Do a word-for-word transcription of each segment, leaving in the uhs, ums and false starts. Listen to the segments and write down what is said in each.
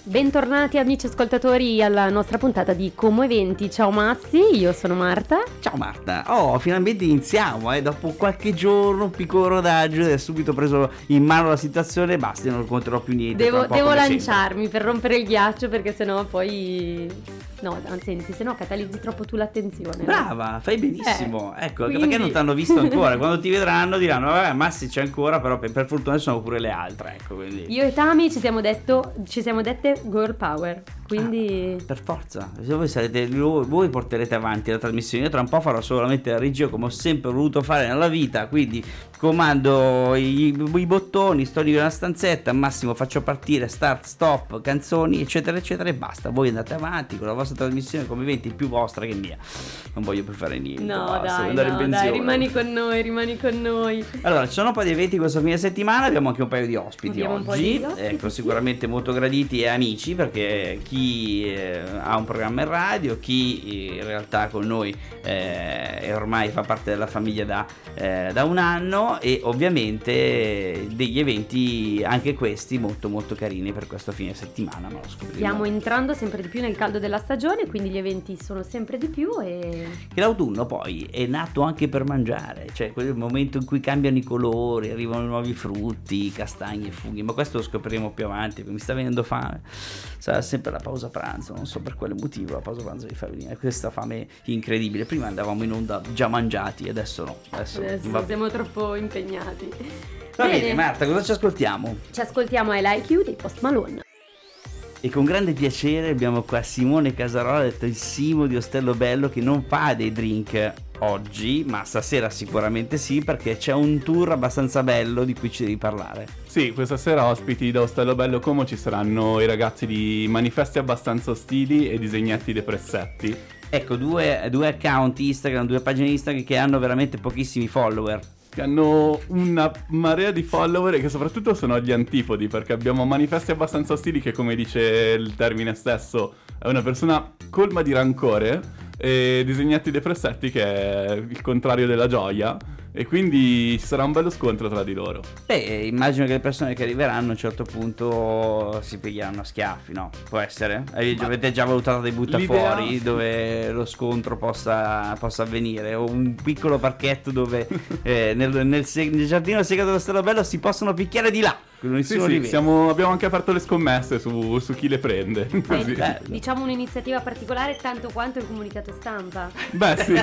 Bentornati amici ascoltatori alla nostra puntata di Como Eventi. Ciao Massi, io sono Marta. Ciao Marta, oh finalmente iniziamo, eh. Dopo qualche giorno, un piccolo rodaggio, ho subito preso in mano la situazione, basta, non racconterò più niente. Devo, devo lanciarmi sempre per rompere il ghiaccio, perché sennò poi... No, senti, se no catalizzi troppo tu l'attenzione. Brava, fai benissimo. Eh, ecco, quindi... perché non ti hanno visto ancora. Quando ti vedranno diranno, vabbè, Massi c'è ancora, però per, per fortuna sono pure le altre. Ecco, quindi... Io e Tami ci siamo detto, ci siamo dette girl power. Quindi... Ah, per forza, se voi, sarete, voi porterete avanti la trasmissione. Io tra un po' farò solamente la regia come ho sempre voluto fare nella vita. Quindi comando i, i bottoni, sto in una stanzetta, al massimo faccio partire start, stop, canzoni, eccetera, eccetera, e basta. Voi andate avanti con la vostra trasmissione come eventi, più vostra che mia. Non voglio più fare niente. No, basta, dai, andare no, in pensione. dai, rimani con noi, rimani con noi. Allora, ci sono un po' di eventi questo fine settimana, abbiamo anche un paio di ospiti abbiamo oggi. Un po' di ospiti, ecco, sì. Sicuramente molto graditi e amici, perché chi eh, ha un programma in radio, chi in realtà con noi eh, ormai fa parte della famiglia da, eh, da un anno, e ovviamente degli eventi anche questi molto molto carini per questo fine settimana, ma lo scopriremo. Stiamo entrando sempre di più nel caldo della stagione, quindi gli eventi sono sempre di più e... Che l'autunno poi è nato anche per mangiare, cioè quel momento in cui cambiano i colori, arrivano nuovi frutti, castagne, funghi, ma questo lo scopriremo più avanti, perché mi sta venendo fame. Sarà sempre la pausa pranzo, non so per quale motivo la pausa pranzo mi fa venire questa fame incredibile. Prima andavamo in onda già mangiati, adesso no, adesso, adesso va... siamo troppo impegnati. Va bene. bene Marta, cosa ci ascoltiamo? Ci ascoltiamo I Like You dei Post Malone. E con grande piacere abbiamo qua Simone Casarola, detto il Simo di Ostello Bello, che non fa dei drink oggi, ma stasera sicuramente sì, perché c'è un tour abbastanza bello di cui ci devi parlare. Sì, questa sera ospiti da Ostello Bello Como ci saranno i ragazzi di Manifesti Abbastanza Ostili e Disegnati Depressetti. Ecco, due, due account Instagram, due pagine Instagram che hanno veramente pochissimi follower. Che hanno una marea di follower e che soprattutto sono agli antipodi, perché abbiamo Manifesti Abbastanza Ostili che, come dice il termine stesso, è una persona colma di rancore, e Disegnati Depressetti che è il contrario della gioia, e quindi ci sarà un bello scontro tra di loro. Beh, immagino che le persone che arriveranno a un certo punto si piglieranno a schiaffi, no? Può essere? Avete già valutato dei buttafuori l'idea... dove lo scontro possa, possa avvenire? O un piccolo parchetto dove eh, nel, nel, seg- nel giardino segreto dello Ostello Bello si possono picchiare di là? Sì, sì, siamo, abbiamo anche aperto le scommesse su, su chi le prende. Così. Beh, diciamo un'iniziativa particolare tanto quanto il comunicato stampa. Beh sì,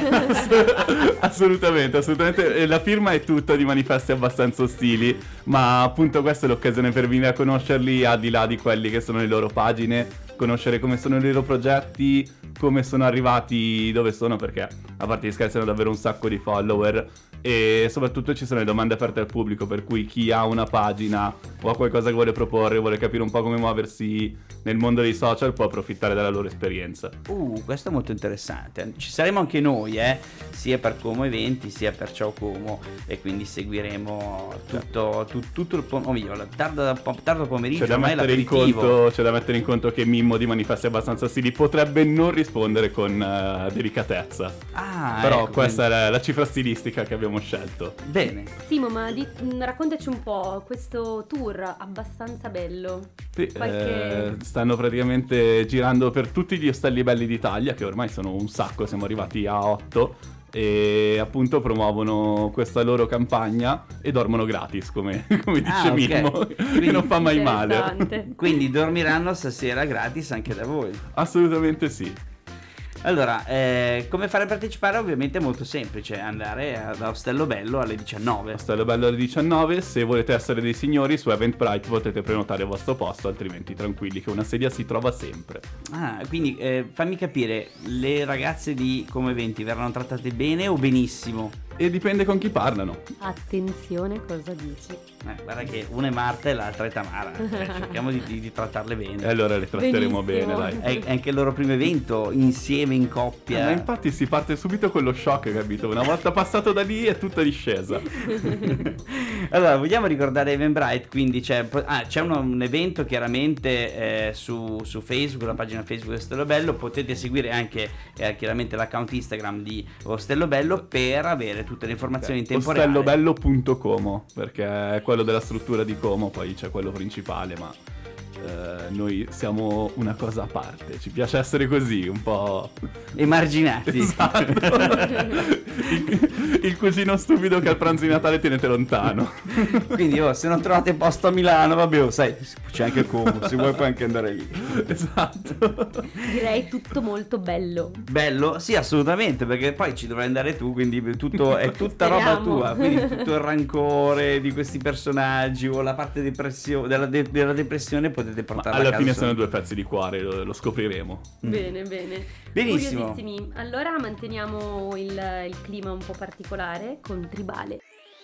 assolutamente, assolutamente. La firma è tutta di Manifesti Abbastanza Ostili, ma appunto questa è l'occasione per venire a conoscerli al di là di quelli che sono le loro pagine, conoscere come sono i loro progetti, come sono arrivati dove sono, perché a parte gli scherzi hanno davvero un sacco di follower, e soprattutto ci sono le domande aperte al pubblico, per cui chi ha una pagina o ha qualcosa che vuole proporre, vuole capire un po' come muoversi nel mondo dei social, può approfittare della loro esperienza. Uh, questo è molto interessante. Ci saremo anche noi, eh, sia per Como Eventi sia per Ciao Como, e quindi seguiremo tutto, tu, tutto il pomeriggio, oh, tardo, tardo pomeriggio. C'è da, mettere in conto, c'è da mettere in conto che Mimmo di Manifesti Abbastanza Ostili potrebbe non rispondere con uh, delicatezza. Ah, però ecco, questa quindi... è la, la cifra stilistica che abbiamo scelto. Bene. Simo, ma di, raccontaci un po' questo tour abbastanza bello. Sì, Qualche... eh, stanno praticamente girando per tutti gli ostelli belli d'Italia, che ormai sono un sacco, siamo arrivati a otto, e appunto promuovono questa loro campagna e dormono gratis, come, come dice ah, okay. Mimmo, Quindi, che non fa mai male. Quindi dormiranno stasera gratis anche da voi? Assolutamente sì. Allora, eh, come fare a partecipare? Ovviamente è molto semplice, andare da Ostello Bello alle diciannove. Ostello Bello alle diciannove, se volete essere dei signori su Eventbrite potete prenotare il vostro posto, altrimenti tranquilli che una sedia si trova sempre. Ah, quindi eh, fammi capire, le ragazze di Como Eventi verranno trattate bene o benissimo? E dipende con chi parlano. Attenzione cosa dici. Eh, guarda che una è Marta e l'altra è Tamara, cioè, cerchiamo di, di, di trattarle bene. E allora le tratteremo Benissimo. bene, dai. È, è anche il loro primo evento insieme in coppia. Eh, ma infatti si parte subito con lo shock, capito? Una volta passato da lì è tutta discesa. Allora, vogliamo ricordare Eventbrite, quindi c'è, ah, c'è un, un evento chiaramente eh, su, su Facebook, la pagina Facebook di Ostello Bello, potete seguire anche eh, chiaramente l'account Instagram di Ostello Bello per avere tutte le informazioni in tempo reale. ostellobello punto como, perché è quello della struttura di Como, poi c'è quello principale, ma eh, noi siamo una cosa a parte, ci piace essere così, un po' emarginati. Esatto. il, il cugino stupido che al pranzo di Natale tenete lontano. Quindi oh, se non trovate posto a Milano, vabbè, oh, sai, c'è anche Como, se vuoi puoi anche andare lì. Esatto. Direi tutto molto bello. Bello? Sì, assolutamente, perché poi ci dovrai andare tu, quindi tutto, è tutta roba Speriamo. tua, quindi tutto il rancore di questi personaggi o la parte depressio- della, de- della depressione potete Ma portarla a alla casa fine solo. sono due pezzi di cuore, lo, lo scopriremo. Bene, bene. Benissimo. Curiosissimi. Allora manteniamo il, il clima un po' particolare con Tribale.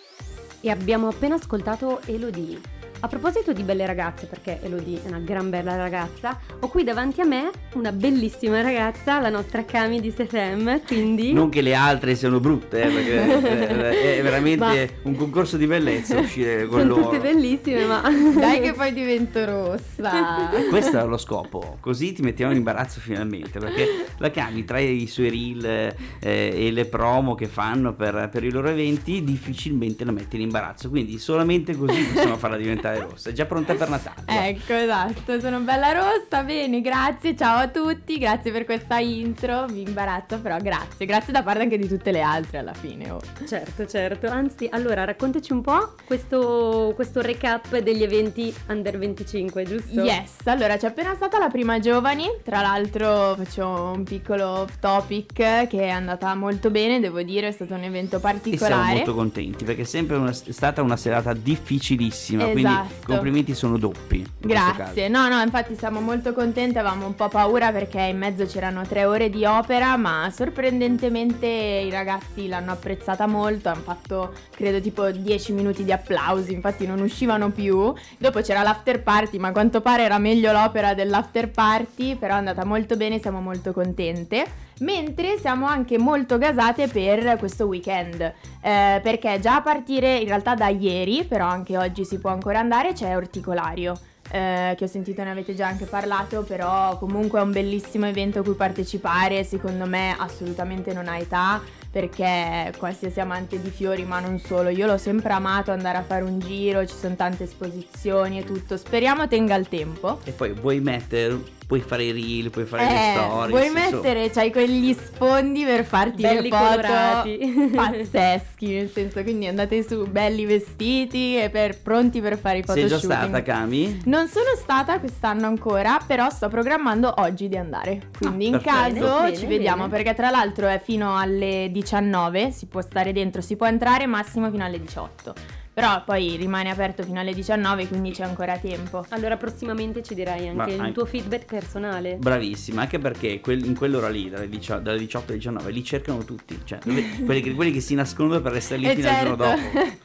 E abbiamo appena ascoltato Elodie. A proposito di belle ragazze, perché Elodie è una gran bella ragazza, ho qui davanti a me una bellissima ragazza, la nostra Cami di Sefem, quindi... Non che le altre siano brutte, eh, perché è veramente Ma- un concorso di bellezza uscire con Sono loro. tutte bellissime, ma... Dai che poi divento rossa. Questo è lo scopo, così ti mettiamo in imbarazzo finalmente, perché la Cami tra i suoi reel eh, e le promo che fanno per, per i loro eventi difficilmente la mette in imbarazzo, quindi solamente così possiamo farla diventare rossa. È già pronta per Natale. Ecco, esatto, sono bella rossa, bene, grazie, ciao a tutti, grazie per questa intro, mi imbarazzo però grazie, grazie da parte anche di tutte le altre alla fine. Oh. Certo, certo. Anzi, allora raccontaci un po' questo, questo recap degli eventi Under venticinque, giusto? Yes, allora c'è appena stata la prima Giovani, tra l'altro faccio un piccolo off topic che è andata molto bene, devo dire, è stato un evento E siamo particolare. molto contenti perché è sempre una- è stata una serata difficilissima, quindi Esatto. i complimenti sono doppi. in questo Grazie, no no infatti siamo molto contenti, avevamo un po' paura perché in mezzo c'erano tre ore di opera, ma sorprendentemente i ragazzi l'hanno apprezzata molto, hanno fatto credo tipo dieci minuti di applausi, infatti non uscivano più, dopo c'era l'after party, ma a quanto pare era meglio l'opera dell'after party, però è andata molto bene, siamo molto contente. Mentre siamo anche molto gasate per questo weekend, eh, perché già a partire in realtà da ieri, però anche oggi si può ancora andare, c'è Orticolario, eh, che ho sentito ne avete già anche parlato, però comunque è un bellissimo evento a cui partecipare, secondo me assolutamente non ha età, perché qualsiasi amante di fiori, ma non solo, io l'ho sempre amato andare a fare un giro, ci sono tante esposizioni e tutto, speriamo tenga il tempo. E poi vuoi mettere, puoi fare i reel, puoi fare le Eh, storie. vuoi sì, insomma. mettere, c'hai quegli sfondi per farti Belli le foto colorati. pazzeschi, nel senso, quindi andate su belli vestiti e per, pronti per fare i Sei già photoshooting. stata, Cami? Non sono stata quest'anno ancora, però sto programmando oggi di andare. Quindi Ah, in perfetto. caso Bene, ci vediamo, bene. perché tra l'altro è fino alle diciannove, si può stare dentro, si può entrare massimo fino alle diciotto. Però poi rimane aperto fino alle diciannove, quindi c'è ancora tempo. Allora prossimamente ci dirai Ma anche il anche- tuo feedback personale. Bravissima, anche perché quel- in quell'ora lì, dalle, dicio- dalle diciotto alle diciannove, li cercano tutti. Cioè, dove- quelli, che, quelli che si nascondono per restare lì E fino al giorno dopo.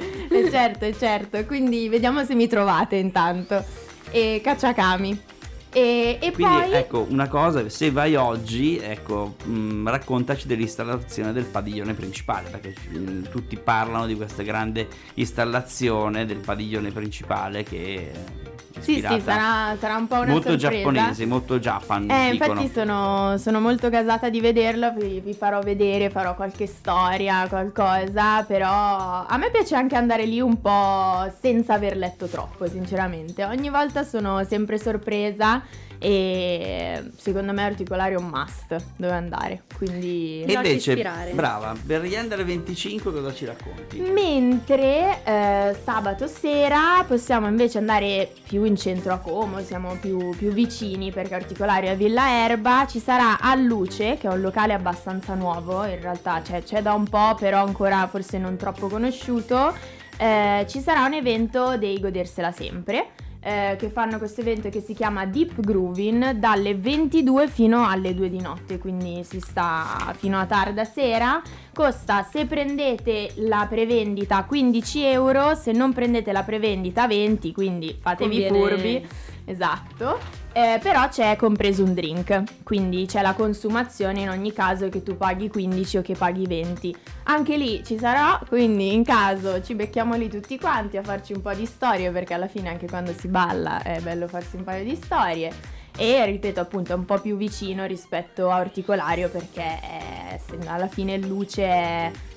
e certo, e certo, quindi vediamo se mi trovate intanto. E cacciacami. E, e Quindi poi ecco una cosa, se vai oggi, ecco, mh, raccontaci dell'installazione del padiglione principale, perché mh, tutti parlano di questa grande installazione del padiglione principale che è sì, ispirata sì, sarà, sarà un po' una molto sorpresa. giapponese, molto Japan, Eh, dicono. infatti sono, sono molto gasata di vederlo, vi, vi farò vedere, farò qualche storia, qualcosa, però a me piace anche andare lì un po' senza aver letto troppo, sinceramente. Ogni volta sono sempre sorpresa e secondo me Orticolario è un must dove andare, quindi... E Lasci invece, ispirare. brava, per gli Under venticinque cosa ci racconti? Mentre eh, sabato sera possiamo invece andare più in centro a Como, siamo più, più vicini perché Orticolario è a Villa Erba, ci sarà a Luce, che è un locale abbastanza nuovo, in realtà c'è, c'è da un po', però ancora forse non troppo conosciuto, eh, ci sarà un evento dei Godersela Sempre, eh, che fanno questo evento che si chiama Deep Groovin dalle ventidue fino alle due di notte, quindi si sta fino a tarda sera. Costa, se prendete la prevendita, quindici euro, se non prendete la prevendita venti, quindi fatevi Conviene- furbi. Esatto. Eh, però c'è compreso un drink, quindi c'è la consumazione in ogni caso che tu paghi quindici o che paghi venti. Anche lì ci sarò, quindi in caso ci becchiamo lì tutti quanti a farci un po' di storie, perché alla fine anche quando si balla è bello farsi un paio di storie. E ripeto, appunto, è un po' più vicino rispetto a Orticolario, perché è- se- alla fine Luce è,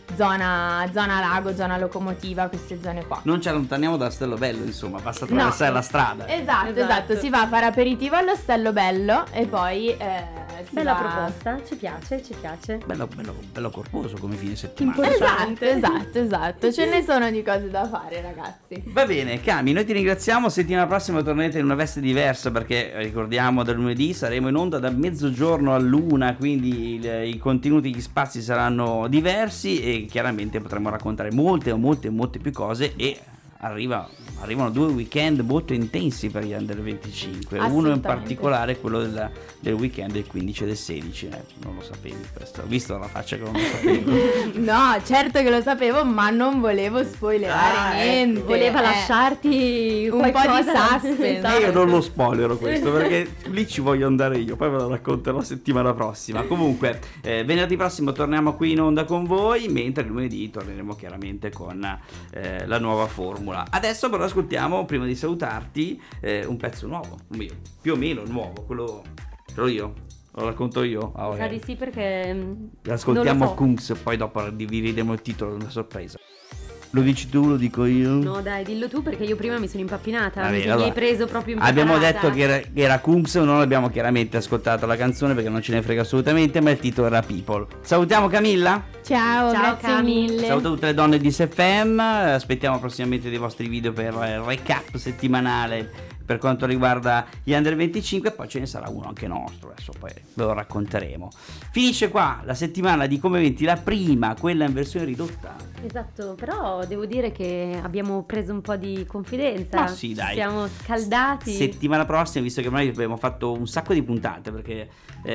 zona, zona lago, zona locomotiva, queste zone qua. Non ci allontaniamo da Ostello Bello, insomma, basta attraversare No. la strada. Esatto, esatto, Esatto. si va a fare aperitivo all'Ostello Bello e poi eh, si Bella va... proposta, ci piace, ci piace. Bello, bello, bello corposo come fine settimana. Importante. Esatto, esatto, esatto, ce ne sono di cose da fare, ragazzi. Va bene, Cami, noi ti ringraziamo. Settimana prossima tornerete in una veste diversa perché ricordiamo da lunedì saremo in onda da mezzogiorno all'una, quindi il, i contenuti, gli spazi saranno diversi e chiaramente potremo raccontare molte, molte, molte più cose e arriva, arrivano due weekend molto intensi per gli under venticinque. Uno in Assolutamente. particolare, quello del, del weekend del quindici e del sedici. Eh, non lo sapevi questo, ho visto la faccia che non lo sapevo. No, certo che lo sapevo, ma non volevo spoilerare Ah, ecco. niente. Voleva Eh, lasciarti un po' di qualcosa- suspense. Esatto. E io non lo spoilerò questo perché lì ci voglio andare io, poi ve lo racconterò settimana prossima. Comunque, eh, venerdì prossimo torniamo qui in onda con voi, mentre lunedì torneremo chiaramente con eh, la nuova formula. Adesso però ascoltiamo, prima di salutarti, eh, un pezzo nuovo, mio, più o meno nuovo, quello ce l'ho io, lo racconto io. Ah, ok. Sa di sì perché mm, Ascoltiamo non lo so. Kungs, poi dopo divideremo il titolo, una sorpresa. Lo dici tu, lo dico io? No dai, dillo tu perché io prima mi sono impappinata. Va mi, bene, mi allora, hai preso proprio impreparata. abbiamo detto che era, che era Kungs, non abbiamo chiaramente ascoltato la canzone perché non ce ne frega assolutamente, ma il titolo era People. Salutiamo Camilla, Ciao, Ciao, grazie Cami. mille. saluto tutte le donne di S F M, aspettiamo prossimamente dei vostri video per il recap settimanale per quanto riguarda gli under venticinque, poi ce ne sarà uno anche nostro, adesso poi ve lo racconteremo. Finisce qua la settimana di Come venti, la prima, quella in versione ridotta. Esatto, però devo dire che abbiamo preso un po' di confidenza. Ma sì, dai. Ci siamo scaldati. Settimana prossima, visto che noi abbiamo fatto un sacco di puntate, perché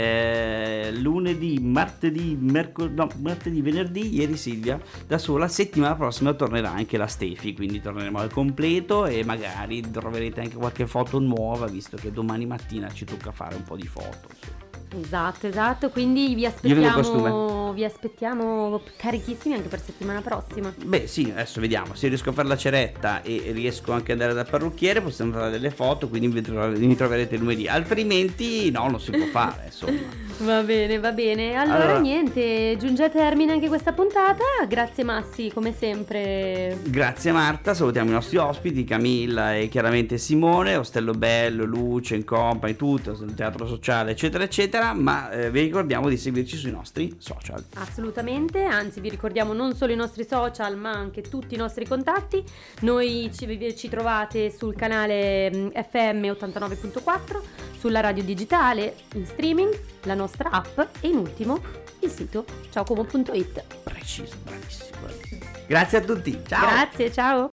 eh, lunedì, martedì, mercoledì, no, martedì, venerdì, ieri Silvia da sola, settimana prossima tornerà anche la Stefi, quindi torneremo al completo e magari troverete anche qualche foto nuova, visto che domani mattina ci tocca fare un po' di foto. insomma. Esatto, esatto, quindi vi vedo il aspettiamo, vi aspettiamo carichissimi anche per settimana prossima. Beh sì, adesso vediamo, se riesco a fare la ceretta e riesco anche ad andare dal parrucchiere possiamo fare delle foto, quindi mi tro- mi troverete lunedì, altrimenti no, non si può fare, insomma. Va bene, va bene. Allora, Allora. niente, giunge a termine anche questa puntata. Grazie Massi, come sempre. Grazie Marta, salutiamo i nostri ospiti, Camilla e chiaramente Simone, Ostello Bello, Luce, in Company, tutto, il teatro sociale, eccetera, eccetera, ma eh, vi ricordiamo di seguirci sui nostri social. Assolutamente, anzi vi ricordiamo non solo i nostri social ma anche tutti i nostri contatti. Noi ci, ci trovate sul canale mm, F M ottantanove virgola quattro, sulla radio digitale, in streaming, la nostra app e in ultimo il sito ciao como punto it. Preciso, bravissimo, bravissimo. Grazie a tutti, ciao! Grazie, ciao!